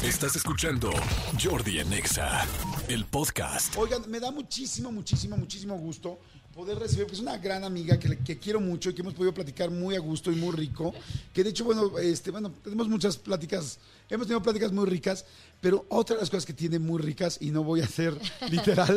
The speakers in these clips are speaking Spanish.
Estás escuchando Jordi en Exa, el podcast. Oigan, me da muchísimo gusto poder recibir, porque es una gran amiga que quiero mucho y que hemos podido platicar muy a gusto y muy rico. Que de hecho, bueno, tenemos muchas pláticas, hemos tenido pláticas muy ricas, pero otra de las cosas que tiene muy ricas, y no voy a ser literal.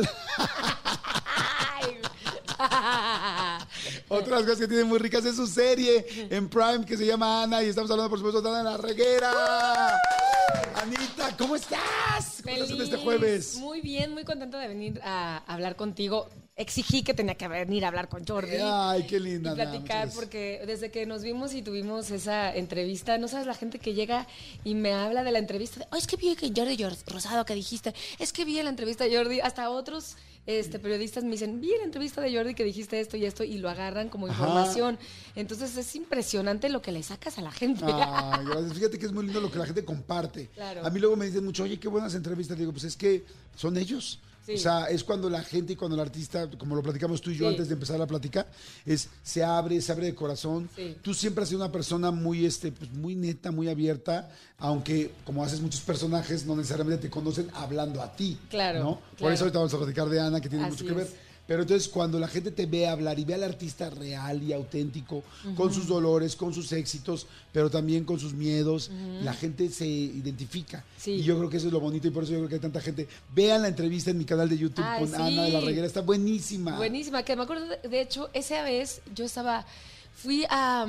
Otra de las cosas que tiene muy ricas es su serie en Prime que se llama Ana, y estamos hablando, por supuesto, de Ana la Reguera. Anita, ¿cómo estás? ¿Cómo estás en este jueves? Muy bien, muy contenta de venir a hablar contigo. Exigí que tenía que venir a hablar con Jordi. Ay, qué linda. Y platicar, porque desde que nos vimos y tuvimos esa entrevista, no sabes la gente que llega y me habla de la entrevista. Es que vi que Jordi Rosado que dijiste. Es que vi en la entrevista de Jordi. Hasta otros periodistas me dicen, vi en la entrevista de Jordi que dijiste esto, y lo agarran como información. Entonces es impresionante lo que le sacas a la gente. Ay, gracias. Fíjate que es muy lindo lo que la gente comparte. Claro. A mí luego me dicen mucho, oye, qué buenas entrevistas. Digo, pues es que son ellos. Sí. O sea, es cuando la gente y cuando el artista, como lo platicamos tú y yo antes de empezar la plática, se abre de corazón. Sí. Tú siempre has sido una persona muy, pues muy neta, muy abierta, aunque como haces muchos personajes, no necesariamente te conocen hablando a ti. Claro. ¿no? Por eso ahorita vamos a platicar de Ana, que tiene mucho que ver. Es. Pero entonces cuando la gente te ve hablar y ve al artista real y auténtico, con sus dolores, con sus éxitos, pero también con sus miedos, la gente se identifica. Sí. Y yo creo que eso es lo bonito y por eso yo creo que hay tanta gente. Vean la entrevista en mi canal de YouTube con Ana de la Reguera, está buenísima. Buenísima, que me acuerdo, de hecho, esa vez yo fui a...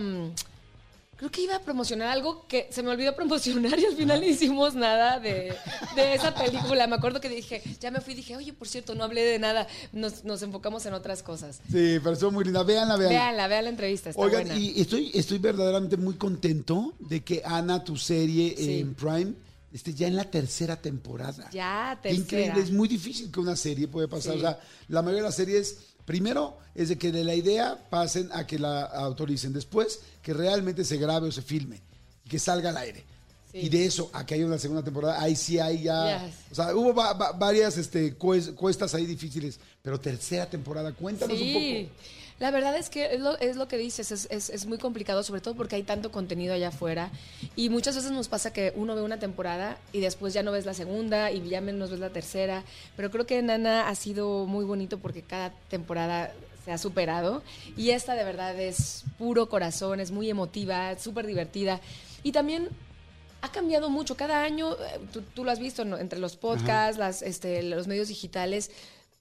creo que iba a promocionar algo que se me olvidó promocionar y al final no hicimos nada de esa película. Me acuerdo que dije, dije, oye, por cierto, no hablé de nada. Nos enfocamos en otras cosas. Sí, pero estuvo muy linda. Vean la entrevista, está Oigan, buena. Y estoy verdaderamente muy contento de que Ana, tu serie en Prime, esté ya en la tercera temporada. Ya, tercera. Qué increíble, es muy difícil que una serie puede pasar. Sí. O sea, la mayoría de las series... Primero es de que de la idea pasen a que la autoricen, después que realmente se grabe o se filme y que salga al aire. Sí. Y de eso a que haya una segunda temporada, ahí sí hay ya... Yes. O sea, hubo varias cuestas ahí difíciles, pero tercera temporada, cuéntanos un poco. La verdad es que es lo que dices, es muy complicado, sobre todo porque hay tanto contenido allá afuera y muchas veces nos pasa que uno ve una temporada y después ya no ves la segunda y ya menos ves la tercera, pero creo que Nana ha sido muy bonito porque cada temporada se ha superado y esta de verdad es puro corazón, es muy emotiva, súper divertida y también... Ha cambiado mucho. Cada año, tú lo has visto, ¿no? Entre los podcasts, los medios digitales,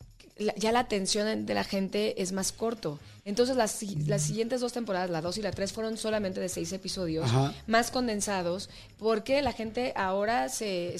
ya la atención de la gente es más corto. Entonces, las siguientes 2 temporadas, la 2 y la 3, fueron solamente de 6 episodios, más condensados, porque la gente ahora se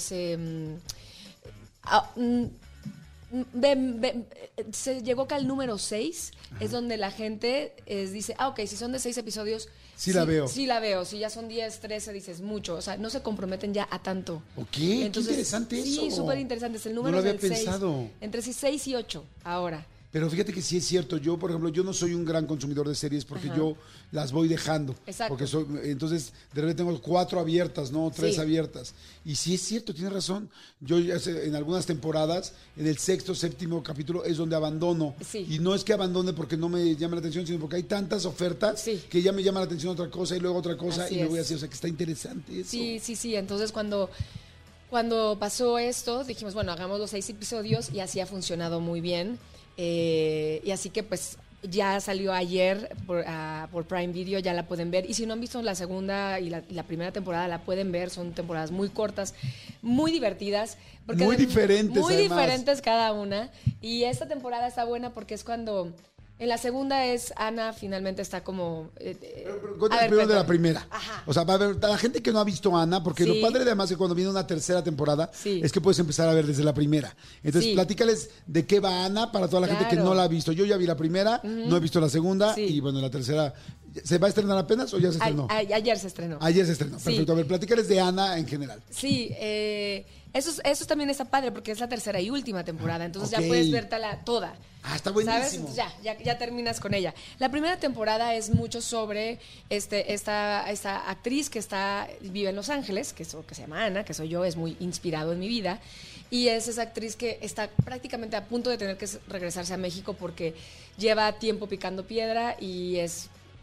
llegó acá al número 6, es donde la gente dice, ok, si son de 6 episodios... Sí la veo. Sí la veo. Si ya son 10, 13, dices mucho. O sea, no se comprometen ya a tanto. Ok, entonces, qué interesante eso. Sí, súper interesante. Es el número no lo había del pensado. 6. Entre 6 y 8 ahora. Pero fíjate que sí es cierto. Yo, por ejemplo, yo no soy un gran consumidor de series porque yo las voy dejando. Exacto. Porque entonces, de repente tengo 4 abiertas, ¿no? 3 abiertas. Y sí es cierto, tienes razón. Yo en algunas temporadas, en el 6º, 7º capítulo, es donde abandono. Sí. Y no es que abandone porque no me llame la atención, sino porque hay tantas ofertas que ya me llama la atención otra cosa y luego otra cosa y me voy así. O sea, que está interesante eso. Sí. Entonces, cuando pasó esto, dijimos, bueno, hagamos los 6 episodios y así ha funcionado muy bien. Y así que pues ya salió ayer por Prime Video, ya la pueden ver. Y si no han visto la segunda y la primera temporada, la pueden ver. Son temporadas muy cortas, muy divertidas. Muy diferentes, muy además. Diferentes cada una. Y esta temporada está buena porque es cuando... En la segunda Ana finalmente está como... primero de la primera. Ajá. O sea, va a ver, la gente que no ha visto a Ana, porque lo padre además es que cuando viene una tercera temporada, es que puedes empezar a ver desde la primera. Entonces, platícales de qué va Ana para toda la gente que no la ha visto. Yo ya vi la primera, no he visto la segunda, y bueno, la tercera... ¿Se va a estrenar apenas o ya se estrenó? Ayer se estrenó. Ayer se estrenó, perfecto. A ver, platícales de Ana en general. Sí, eso también está padre porque es la tercera y última temporada, entonces ya puedes vértela toda. Ah, está buenísimo. ¿Sabes? Ya terminas con ella. La primera temporada es mucho sobre esta actriz que vive en Los Ángeles, que se llama Ana, que soy yo, es muy inspirado en mi vida, y es esa actriz que está prácticamente a punto de tener que regresarse a México porque lleva tiempo picando piedra y es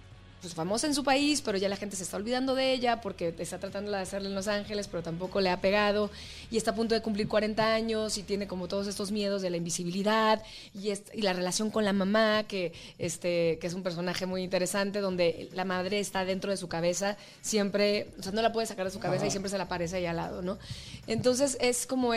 pues, famosa en su país, pero ya la gente se está olvidando de ella porque está tratando de hacerla en Los Ángeles, pero tampoco le ha pegado, y está a punto de cumplir 40 años y tiene como todos estos miedos de la invisibilidad y la relación con la mamá, que es un personaje muy interesante, donde la madre está dentro de su cabeza, siempre, o sea, no la puede sacar de su cabeza y siempre se le aparece ahí al lado, ¿no? Entonces es como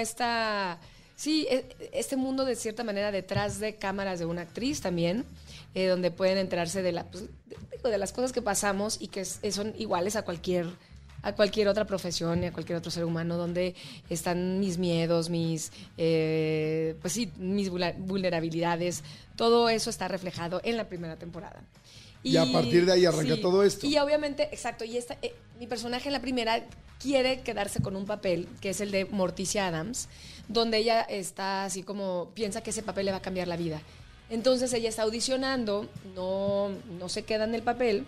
este mundo de cierta manera detrás de cámaras de una actriz también, donde pueden enterarse de las cosas que pasamos y que son iguales a cualquier otra profesión y a cualquier otro ser humano, donde están mis miedos, mis vulnerabilidades. Todo eso está reflejado en la primera temporada. Y a partir de ahí arranca todo esto. Y obviamente, exacto, mi personaje en la primera quiere quedarse con un papel, que es el de Morticia Addams, donde ella está así como, piensa que ese papel le va a cambiar la vida. Entonces ella está audicionando, no se queda en el papel,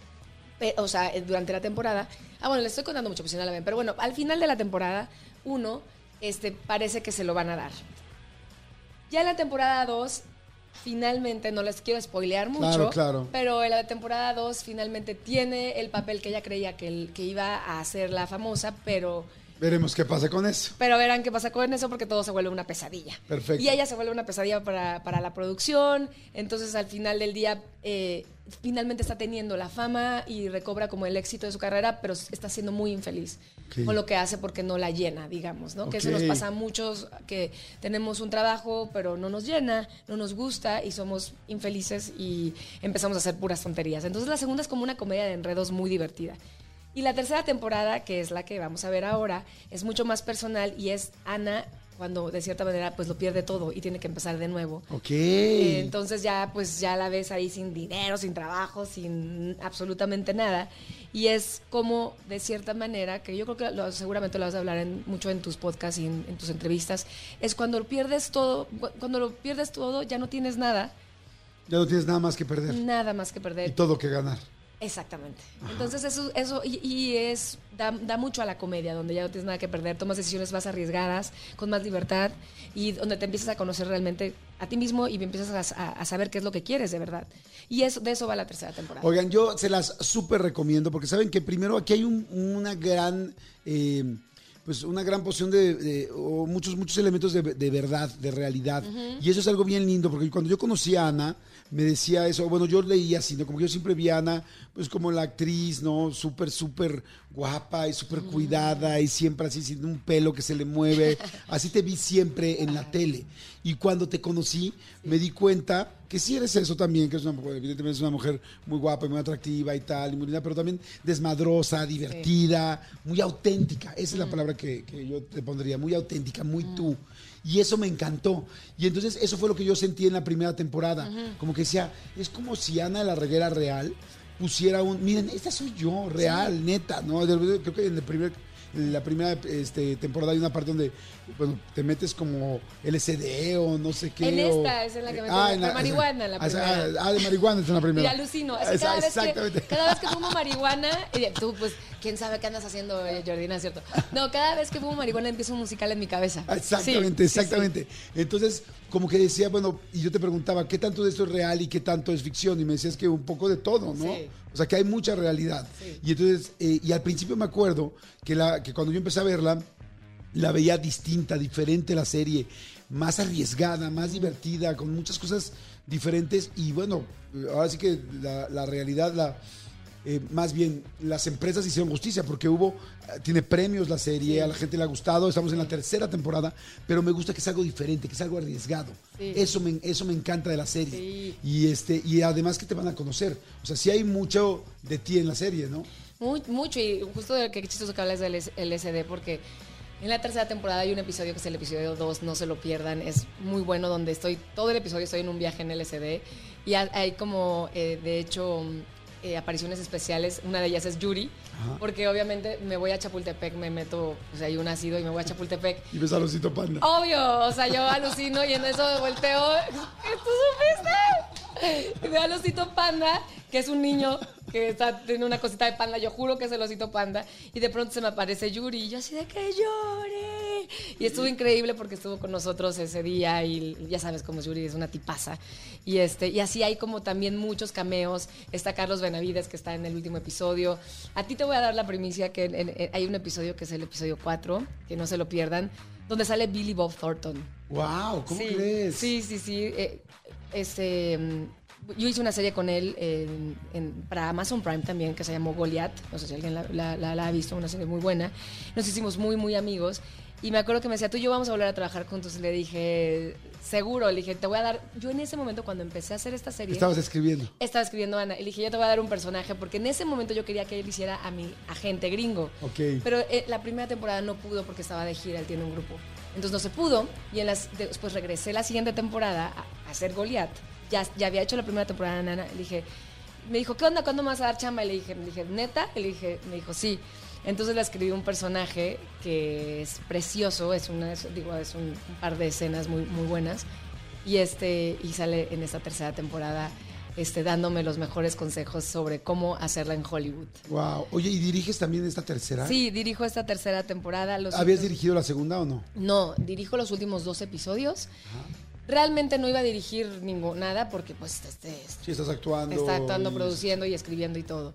durante la temporada. Bueno, le estoy contando mucho, pues si no la ven, pero bueno, al final de la temporada 1, parece que se lo van a dar. Ya en la temporada 2, finalmente, no les quiero spoilear mucho, claro. pero en la temporada 2 finalmente tiene el papel que ella creía que iba a hacer la famosa, pero... Veremos qué pasa con eso. Pero verán qué pasa con eso porque todo se vuelve una pesadilla. Perfecto. Y ella se vuelve una pesadilla para la producción. Entonces, al final del día, finalmente está teniendo la fama y recobra como el éxito de su carrera, pero está siendo muy infeliz con lo que hace porque no la llena, digamos, ¿no? Que eso nos pasa a muchos, que tenemos un trabajo, pero no nos llena, no nos gusta y somos infelices y empezamos a hacer puras tonterías. Entonces, la segunda es como una comedia de enredos muy divertida. Y la tercera temporada, que es la que vamos a ver ahora, es mucho más personal y es Ana cuando de cierta manera pues lo pierde todo y tiene que empezar de nuevo. Ok. Entonces ya la ves ahí sin dinero, sin trabajo, sin absolutamente nada. Y es como de cierta manera, que yo creo que seguramente lo vas a hablar mucho en tus podcasts y en tus entrevistas, es cuando lo pierdes todo ya no tienes nada. Ya no tienes nada más que perder. Nada más que perder. Y todo que ganar. Exactamente. Ajá. Entonces eso da mucho a la comedia, donde ya no tienes nada que perder, tomas decisiones más arriesgadas, con más libertad y donde te empiezas a conocer realmente a ti mismo y empiezas a saber qué es lo que quieres de verdad. Y de eso va la tercera temporada. Oigan, yo se las súper recomiendo porque saben que primero aquí hay una gran... pues una gran porción o muchos elementos de verdad, de realidad. Uh-huh. Y eso es algo bien lindo, porque cuando yo conocí a Ana, me decía eso, bueno, yo leía así, ¿no? Como que yo siempre vi a Ana, pues como la actriz, ¿no? Súper guapa y súper cuidada y siempre así sin un pelo que se le mueve. Así te vi siempre en la tele. Y cuando te conocí, me di cuenta que sí eres eso también, que evidentemente es una mujer muy guapa y muy atractiva y tal, y muy linda, pero también desmadrosa, divertida, muy auténtica. Esa es la palabra que yo te pondría, muy auténtica, muy tú. Y eso me encantó. Y entonces eso fue lo que yo sentí en la primera temporada. Como que decía, es como si Ana de la Reguera Real pusiera miren, esta soy yo, real, neta, ¿no? Creo que en la primera temporada hay una parte donde, bueno, te metes como LSD o no sé qué. Esta es en la que metes de marihuana en la primera. De marihuana es en la primera. Y alucino. Así cada vez que fumo marihuana, tú pues, quién sabe qué andas haciendo, Jordi, ¿no es cierto? No, cada vez que fumo marihuana empiezo un musical en mi cabeza. Exactamente. Sí. Entonces, como que decía, bueno, y yo te preguntaba, ¿qué tanto de esto es real y qué tanto es ficción? Y me decías que un poco de todo, ¿no? Sí. O sea, que hay mucha realidad. Sí. Y entonces, y al principio me acuerdo que cuando yo empecé a verla, la veía distinta, diferente la serie, más arriesgada, más divertida, con muchas cosas diferentes. Y bueno, ahora sí que la realidad, más bien, las empresas hicieron justicia porque tiene premios la serie, a la gente le ha gustado, estamos en la tercera temporada, pero me gusta que es algo diferente, que es algo arriesgado. Sí. Eso me encanta de la serie. Sí. Y además que te van a conocer. O sea, sí hay mucho de ti en la serie, ¿no? Mucho, y justo qué chistoso que hablas del LSD, porque en la tercera temporada hay un episodio que es el episodio 2, no se lo pierdan, es muy bueno, donde todo el episodio estoy en un viaje en LSD, y hay como, de hecho... apariciones especiales, una de ellas es Yuri. Ajá. Porque obviamente me voy a Chapultepec, me meto, o sea, hay un ácido y me voy a Chapultepec. Y ves a Osito Panda. Obvio, o sea, yo alucino y en eso volteo, ¿tú supiste? Y veo a Osito Panda, que es un niño que tiene una cosita de panda, yo juro que es el osito panda, y de pronto se me aparece Yuri, y yo así de que llore. Y estuvo increíble porque estuvo con nosotros ese día, y ya sabes cómo es Yuri, es una tipaza. Y así hay como también muchos cameos. Está Carlos Benavides, que está en el último episodio. A ti te voy a dar la primicia que hay un episodio que es el episodio 4, que no se lo pierdan, donde sale Billy Bob Thornton. Wow, ¿cómo Sí, crees? Sí. Yo hice una serie con él para Amazon Prime también, que se llamó Goliath. No sé si alguien la ha visto, una serie muy buena. Nos hicimos muy, muy amigos. Y me acuerdo que me decía, tú y yo vamos a volver a trabajar juntos. Y le dije, seguro. Le dije, te voy a dar... Yo en ese momento, cuando empecé a hacer esta serie... Estabas escribiendo. Estaba escribiendo a Ana. Y le dije, yo te voy a dar un personaje, porque en ese momento yo quería que él hiciera a mi agente gringo. Ok. Pero la primera temporada no pudo porque estaba de gira, él tiene un grupo. Entonces no se pudo. Y después regresé la siguiente temporada a hacer Goliath. Ya había hecho la primera temporada, Nana. Le dije, me dijo, ¿qué onda? ¿Cuándo me vas a dar chamba? Y le dije, ¿neta? Y me dijo, sí. Entonces le escribí un personaje que es precioso, es un par de escenas muy, muy buenas. Y sale en esta tercera temporada dándome los mejores consejos sobre cómo hacerla en Hollywood. Wow. Oye, ¿y diriges también esta tercera? Sí, dirijo esta tercera temporada. ¿Habías dirigido la segunda o no? No, dirijo los últimos 2 episodios. Ajá. Realmente no iba a dirigir nada porque pues sí, estás actuando. Está actuando, produciendo y escribiendo y todo.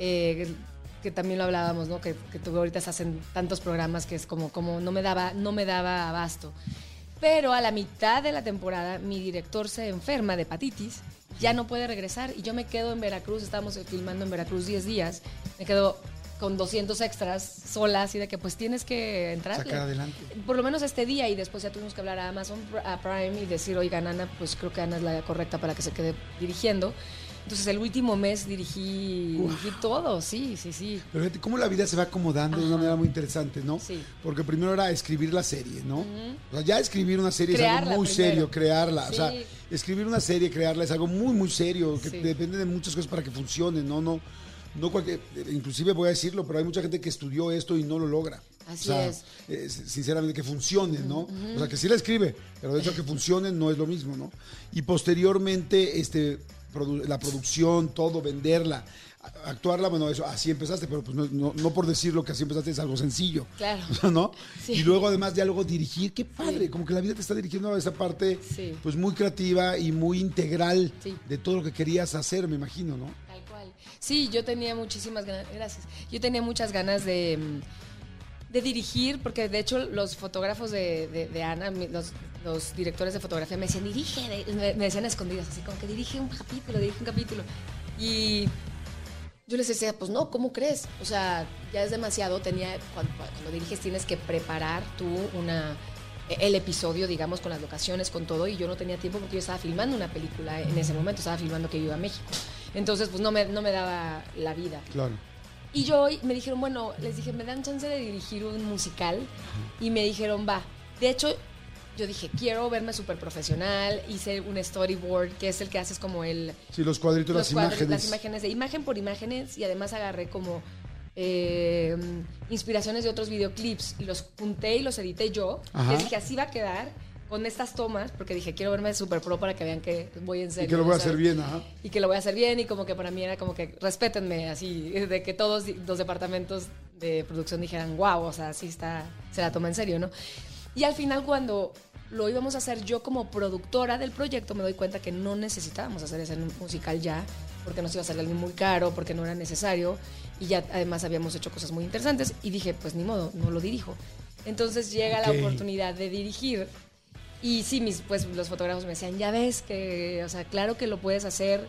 Que también lo hablábamos, ¿no? Que tú ahorita estás en tantos programas que es como no me daba abasto. Pero a la mitad de la temporada mi director se enferma de hepatitis, ya no puede regresar y yo me quedo en Veracruz, estábamos filmando en Veracruz 10 días, me quedo con 200 extras sola, así de que pues tienes que entrarle. Sacar adelante. Por lo menos este día, y después ya tuvimos que hablar a Amazon Prime y decir, oigan, Ana, pues creo que Ana es la correcta para que se quede dirigiendo. Entonces el último mes dirigí todo, sí. Pero fíjate cómo la vida se va acomodando de una manera muy interesante, ¿no? Sí. Porque primero era escribir la serie, ¿no? O sea, ya escribir una serie Crearla es algo muy primero. serio, crearla. Sí. O sea, escribir una serie, crearla es algo muy, muy serio, que Sí. depende de muchas cosas para que funcione, ¿no? No cualquier, inclusive voy a decirlo, pero hay mucha gente que estudió esto y no lo logra. Así es. Sinceramente, que funcione, ¿no? O sea, que sí la escribe, pero de hecho que funcione no es lo mismo, ¿no? Y posteriormente, la producción, todo, venderla, actuarla, bueno, eso, así empezaste, pero pues no por decirlo que así empezaste es algo sencillo. Claro. ¿No? Sí. Y luego además ya luego dirigir, qué padre, Sí. como que la vida te está dirigiendo a esa parte Sí. pues muy creativa y muy integral Sí. de todo lo que querías hacer, me imagino, ¿no? Tal cual. Sí, yo tenía muchísimas ganas, gracias. Yo tenía muchas ganas de dirigir, porque de hecho los fotógrafos de Ana, los directores de fotografía me decían, me decían a escondidas, así como que dirige un capítulo. Y yo les decía, pues no, ¿cómo crees? O sea, ya es demasiado, cuando diriges tienes que preparar tú el episodio, digamos, con las locaciones, con todo, y yo no tenía tiempo porque yo estaba filmando una película en ese momento, estaba filmando que yo iba a México. Entonces, pues no me daba la vida. Claro. Y me dijeron, bueno, les dije, ¿me dan chance de dirigir un musical? Y me dijeron, va. De hecho, yo dije, quiero verme súper profesional. Hice un storyboard, que es el que haces como Sí, los cuadritos, las imágenes. Las imágenes, de imagen por imágenes, y además agarré como inspiraciones de otros videoclips y los junté y los edité yo. Ajá. Les dije, así va a quedar con estas tomas, porque dije, quiero verme súper pro para que vean que voy en serio. Y que lo voy a o sea, hacer bien, ajá. Y que lo voy a hacer bien, y como que para mí era como que respétenme, así, de que todos los departamentos de producción dijeran, wow, o sea, sí se la toma en serio, ¿no? Y al final, cuando lo íbamos a hacer yo como productora del proyecto, me doy cuenta que no necesitábamos hacer ese musical ya, porque nos iba a salir muy caro, porque no era necesario, y ya además habíamos hecho cosas muy interesantes, y dije, pues ni modo, no lo dirijo. Entonces llega la oportunidad de dirigir. Y sí, los fotógrafos me decían, ya ves que, o sea, claro que lo puedes hacer,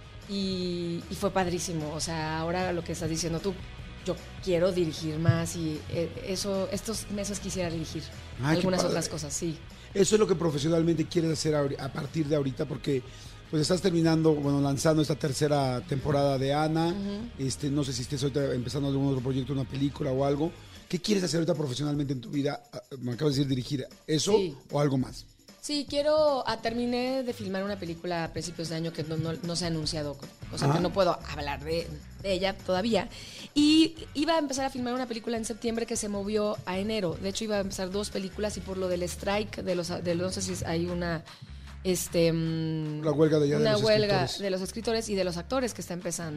y fue padrísimo. O sea, ahora lo que estás diciendo tú, yo quiero dirigir más, y estos meses quisiera dirigir algunas otras cosas, sí. Eso es lo que profesionalmente quieres hacer a partir de ahorita, porque pues estás lanzando esta tercera temporada de Ana. No sé si estés ahorita empezando algún otro proyecto, una película o algo. ¿Qué quieres hacer ahorita profesionalmente en tu vida? Me acabas de decir dirigir. ¿Eso Sí. o algo más? Sí, terminé de filmar una película a principios de año que no se ha anunciado, o sea, que no puedo hablar de ella todavía. Y iba a empezar a filmar una película en septiembre que se movió a enero. De hecho, iba a empezar 2 películas, y por lo del strike no sé si hay una... La huelga de una los huelga escritores. de los escritores y de los actores que está empezando.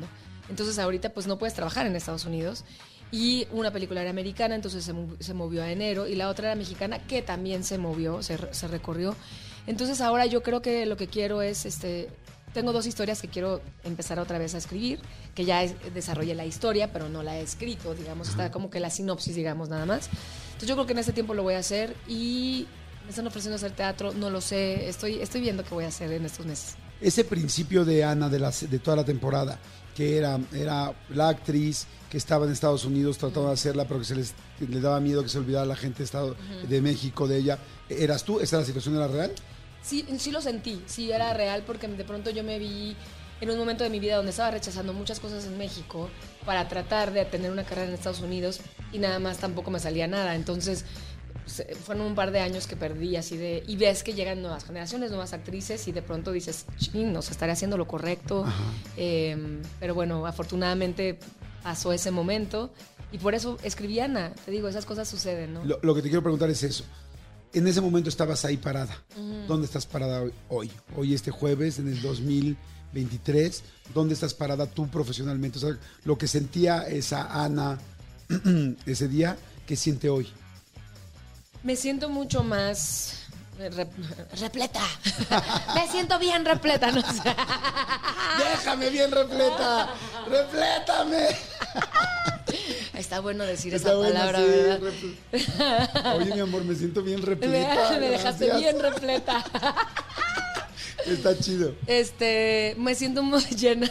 Entonces ahorita pues no puedes trabajar en Estados Unidos. Y una película era americana, entonces se movió a enero, y la otra era mexicana, que también se movió, se recorrió. Entonces ahora yo creo que lo que quiero es, tengo 2 historias que quiero empezar otra vez a escribir, que ya desarrollé la historia, pero no la he escrito, digamos, está como que la sinopsis, digamos, nada más. Entonces yo creo que en este tiempo lo voy a hacer, y me están ofreciendo hacer teatro, no lo sé, estoy viendo qué voy a hacer en estos meses. Ese principio de Ana de toda la temporada, que era la actriz que estaba en Estados Unidos tratando de hacerla, pero que le daba miedo que se olvidara la gente de México de ella. ¿Eras tú? ¿Esa la situación era real? Sí lo sentí, sí era real, porque de pronto yo me vi en un momento de mi vida donde estaba rechazando muchas cosas en México para tratar de tener una carrera en Estados Unidos, y nada más tampoco me salía nada. Entonces fueron un par de años que perdí así y ves que llegan nuevas generaciones, nuevas actrices, y de pronto dices, ching, no se estaré haciendo lo correcto. Pero bueno, afortunadamente pasó ese momento, y por eso escribí Ana. Te digo, esas cosas suceden, ¿no? Lo que te quiero preguntar es eso. En ese momento estabas ahí parada. ¿Dónde estás parada hoy? Hoy, este jueves, en el 2023, ¿dónde estás parada tú profesionalmente? O sea, lo que sentía esa Ana ese día, ¿qué siente hoy? Me siento mucho más repleta. Me siento bien repleta, no sé. Déjame bien repleta. ¡Replétame! Está bueno decir Está esa bueno, palabra, sí, ¿verdad? Oye, mi amor, me siento bien repleta. Me dejaste bien repleta. Está chido. Me siento muy llena.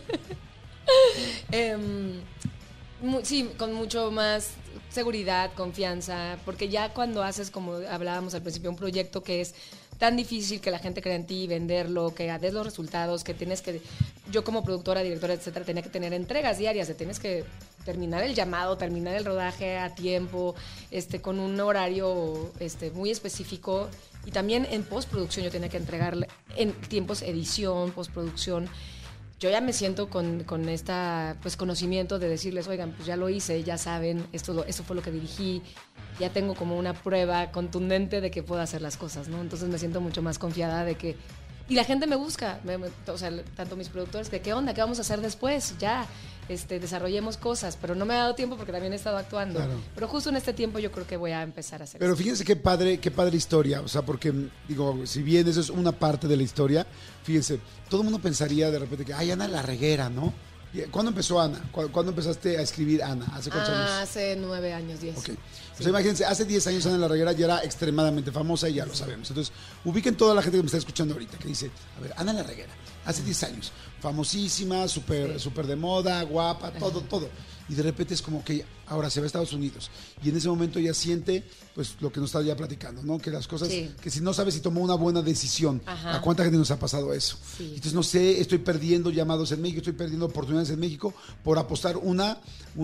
Sí, con mucho más seguridad, confianza, porque ya cuando haces, como hablábamos al principio, un proyecto que es tan difícil, que la gente crea en ti, venderlo, que des los resultados, que tienes que, yo como productora, directora, etcétera, tenía que tener entregas diarias, tienes que terminar el llamado, terminar el rodaje a tiempo, con un horario muy específico, y también en postproducción yo tenía que entregarle en tiempos edición, postproducción. Yo ya me siento con esta conocimiento de decirles, oigan, pues ya lo hice, ya saben, esto fue lo que dirigí, ya tengo como una prueba contundente de que puedo hacer las cosas, ¿no? Entonces me siento mucho más confiada de que... Y la gente me busca, o sea, tanto mis productores, de qué onda, qué vamos a hacer después, ya, desarrollemos cosas, pero no me ha dado tiempo porque también he estado actuando. Claro. Pero justo en este tiempo yo creo que voy a empezar a hacer Pero eso. Fíjense qué padre historia, o sea, porque, digo, si bien eso es una parte de la historia, fíjense, todo el mundo pensaría de repente que, ay, Ana la Reguera, ¿no? ¿Cuándo empezó Ana? ¿Cuándo empezaste a escribir Ana? ¿Hace cuántos años? Hace 9 años, 10. Ok. Sí. O sea, imagínense, hace 10 años Ana la Reguera ya era extremadamente famosa y ya lo sabemos. Entonces, ubiquen toda la gente que me está escuchando ahorita, que dice, a ver, Ana la Reguera, hace 10 años, famosísima, súper de moda, guapa, todo. Y de repente es como que ahora se va a Estados Unidos. Y en ese momento ella siente, pues, lo que nos está ya platicando, ¿no? Que las cosas, que si no sabes si tomó una buena decisión, ¿a cuánta gente nos ha pasado eso? Sí. Entonces, no sé, estoy perdiendo llamados en México, estoy perdiendo oportunidades en México por apostar una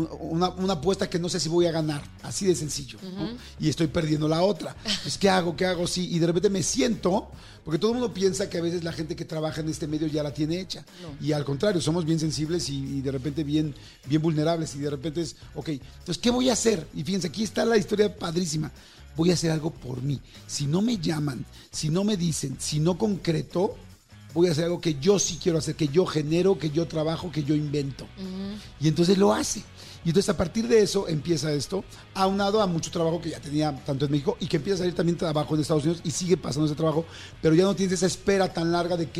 apuesta que no sé si voy a ganar. Así de sencillo, ¿no? Y estoy perdiendo la otra. Pues, ¿qué hago? Sí. Y de repente me siento... Porque todo el mundo piensa que a veces la gente que trabaja en este medio ya la tiene hecha. No. Y al contrario, somos bien sensibles y de repente bien vulnerables. Y de repente es, ok, entonces, ¿qué voy a hacer? Y fíjense, aquí está la historia padrísima. Voy a hacer algo por mí. Si no me llaman, si no me dicen, si no concreto, voy a hacer algo que yo sí quiero hacer, que yo genero, que yo trabajo, que yo invento. Y entonces lo hace. Y entonces a partir de eso empieza esto, aunado a mucho trabajo que ya tenía tanto en México y que empieza a salir también trabajo en Estados Unidos y sigue pasando ese trabajo, pero ya no tienes esa espera tan larga de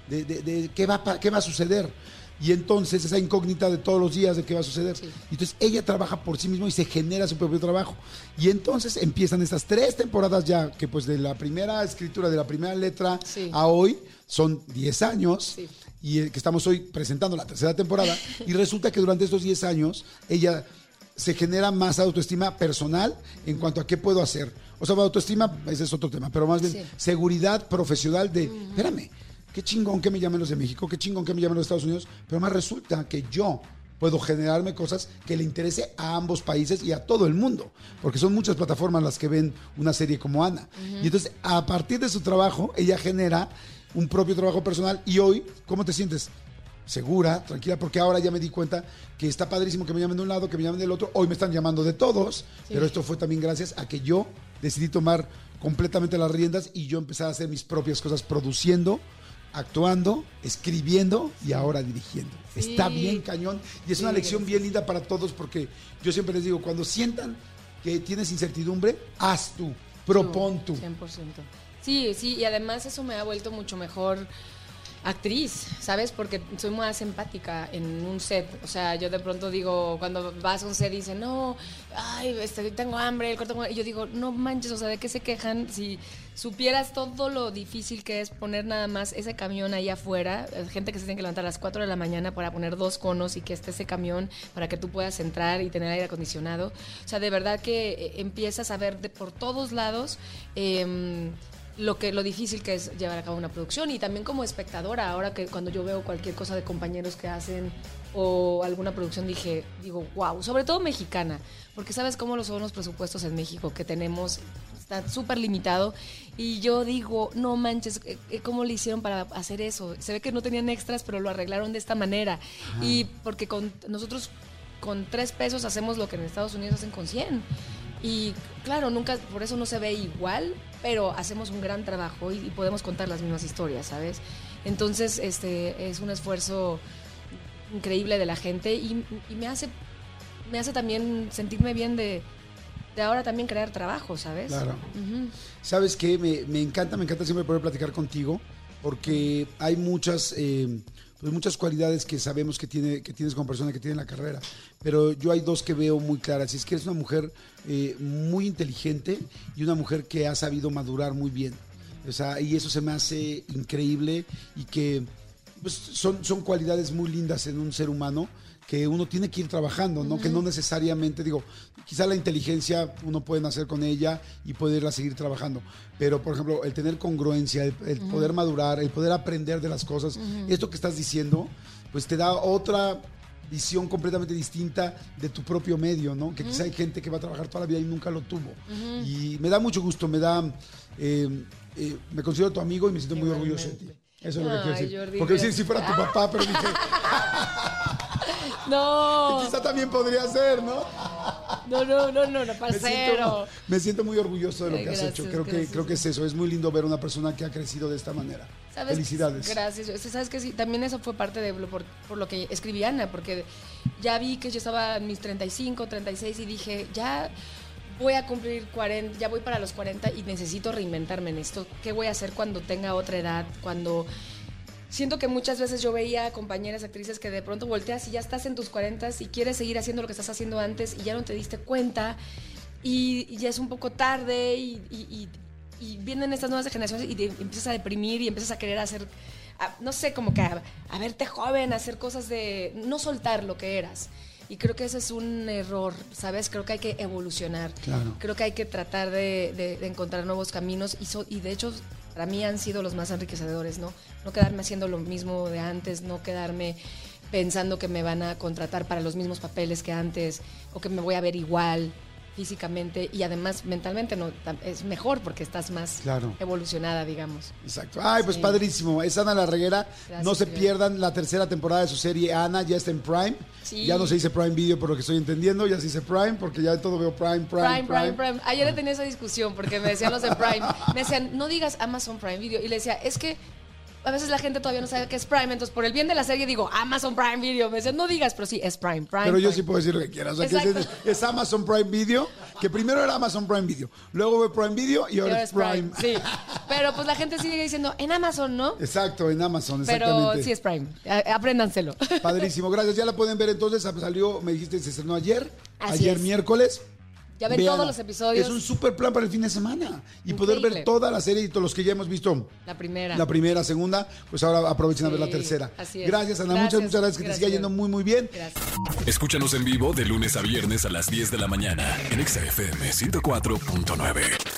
qué va a suceder. Y entonces esa incógnita de todos los días de qué va a suceder. Sí. Y entonces ella trabaja por sí misma y se genera su propio trabajo. Y entonces empiezan estas 3 temporadas ya, que pues de la primera escritura, de la primera letra a hoy, son 10 años. Sí. Y que estamos hoy presentando la 3ª temporada, y resulta que durante estos 10 años ella se genera más autoestima personal en cuanto a qué puedo hacer. O sea, autoestima, ese es otro tema, pero más bien seguridad profesional de, espérame, qué chingón que me llamen los de México, qué chingón que me llamen los de Estados Unidos, pero más resulta que yo puedo generarme cosas que le interese a ambos países y a todo el mundo, porque son muchas plataformas las que ven una serie como Ana. Y entonces, a partir de su trabajo, ella genera un propio trabajo personal. Y hoy, ¿cómo te sientes? Segura, tranquila, porque ahora ya me di cuenta que está padrísimo que me llamen de un lado, que me llamen del otro. Hoy me están llamando de todos, pero esto fue también gracias a que yo decidí tomar completamente las riendas y yo empezar a hacer mis propias cosas produciendo actuando, escribiendo y ahora dirigiendo. Sí. Está bien cañón y es una Sí, lección gracias. bien linda para todos porque yo siempre les digo, cuando sientan que tienes incertidumbre, haz tú, propon tú. 100%. Sí, y además eso me ha vuelto mucho mejor actriz, ¿sabes? Porque soy más empática en un set. O sea, yo de pronto digo, cuando vas a un set dicen, no, ay, tengo hambre, el corto. Y yo digo, no manches, o sea, ¿de qué se quejan? Si supieras todo lo difícil que es poner nada más ese camión ahí afuera, gente que se tiene que levantar a las 4 de la mañana para poner 2 conos y que esté ese camión para que tú puedas entrar y tener aire acondicionado. O sea, de verdad que empiezas a ver por todos lados lo difícil que es llevar a cabo una producción, y también como espectadora, ahora que cuando yo veo cualquier cosa de compañeros que hacen o alguna producción digo, wow, sobre todo mexicana, porque sabes cómo son los presupuestos en México que tenemos, está súper limitado, y yo digo, no manches, ¿cómo le hicieron para hacer eso? Se ve que no tenían extras, pero lo arreglaron de esta manera. Ajá. Y porque nosotros con 3 pesos hacemos lo que en Estados Unidos hacen con 100. Y claro, nunca, por eso no se ve igual, pero hacemos un gran trabajo y podemos contar las mismas historias, ¿sabes? Entonces, es un esfuerzo increíble de la gente y me hace también sentirme bien de ahora también crear trabajo, ¿sabes? Claro. Uh-huh. ¿Sabes qué? Me encanta siempre poder platicar contigo porque hay muchas cualidades que sabemos que tienes como persona que tiene en la carrera, pero yo hay 2 que veo muy claras, y es que eres una mujer muy inteligente y una mujer que ha sabido madurar muy bien, o sea, y eso se me hace increíble y que pues, son cualidades muy lindas en un ser humano que uno tiene que ir trabajando, ¿no? Uh-huh. Que no necesariamente, quizá la inteligencia uno puede nacer con ella y puede irla a seguir trabajando, pero por ejemplo, el tener congruencia, el uh-huh. poder madurar, el poder aprender de las cosas, uh-huh. esto que estás diciendo, pues te da otra visión completamente distinta de tu propio medio, ¿no? Que uh-huh. quizá hay gente que va a trabajar toda la vida y nunca lo tuvo. Uh-huh. Y me da mucho gusto, me considero tu amigo y me siento muy orgulloso de ti. Eso es lo que quiero decir. Jordi, porque si fuera tu papá, pero dije... No. Que quizá también podría ser, ¿no? No, parcero. Me siento muy orgulloso de lo que has hecho. Creo que es eso. Es muy lindo ver una persona que ha crecido de esta manera. ¿Sabes? Felicidades. Gracias. Sabes que sí, también eso fue parte de por lo que escribí Ana, porque ya vi que yo estaba en mis 35, 36 y dije, ya voy a cumplir 40, ya voy para los 40 y necesito reinventarme en esto. ¿Qué voy a hacer cuando tenga otra edad? Cuando... Siento que muchas veces yo veía compañeras actrices que de pronto volteas y ya estás en tus 40 y quieres seguir haciendo lo que estás haciendo antes y ya no te diste cuenta y ya es un poco tarde y vienen estas nuevas generaciones y te empiezas a deprimir y empiezas a querer hacer, no sé, como que a verte joven, a hacer cosas de no soltar lo que eras. Y creo que ese es un error, ¿sabes? Creo que hay que evolucionar. Claro. Creo que hay que tratar de encontrar nuevos caminos y de hecho... Para mí han sido los más enriquecedores, ¿no? No quedarme haciendo lo mismo de antes, no quedarme pensando que me van a contratar para los mismos papeles que antes o que me voy a ver igual físicamente y además mentalmente no es mejor porque estás más evolucionada, digamos. Exacto. Ay, pues padrísimo. Es Ana La Reguera. Gracias, no se pierdan la 3ª temporada de su serie Ana, ya está en Prime. Sí. Ya no se dice Prime Video por lo que estoy entendiendo, ya se dice Prime porque ya todo veo Prime. Ayer tenía esa discusión porque me decían los de Prime, me decían, no digas Amazon Prime Video y le decía, es que a veces la gente todavía no sabe qué es Prime, entonces por el bien de la serie digo Amazon Prime Video. Me dicen, no digas, pero sí, es Prime. Pero yo sí puedo decir lo que quieras. O sea, que es Amazon Prime Video, que primero era Amazon Prime Video, luego fue Prime Video y ahora es Prime. Sí, pero pues la gente sigue diciendo, en Amazon, ¿no? Exacto, en Amazon, exactamente. Pero sí es Prime, apréndanselo. Padrísimo, gracias. Ya la pueden ver entonces, salió, me dijiste, se estrenó ayer. Así es. Miércoles. Ya ven todos los episodios. Es un súper plan para el fin de semana. Y poder ver toda la serie y todos los que ya hemos visto. La primera, segunda, pues ahora aprovechen a ver la tercera. Así es. Gracias, Ana. Muchas gracias. Que te siga yendo muy, muy bien. Gracias. Escúchanos en vivo de lunes a viernes a las 10 de la mañana en XFM 104.9.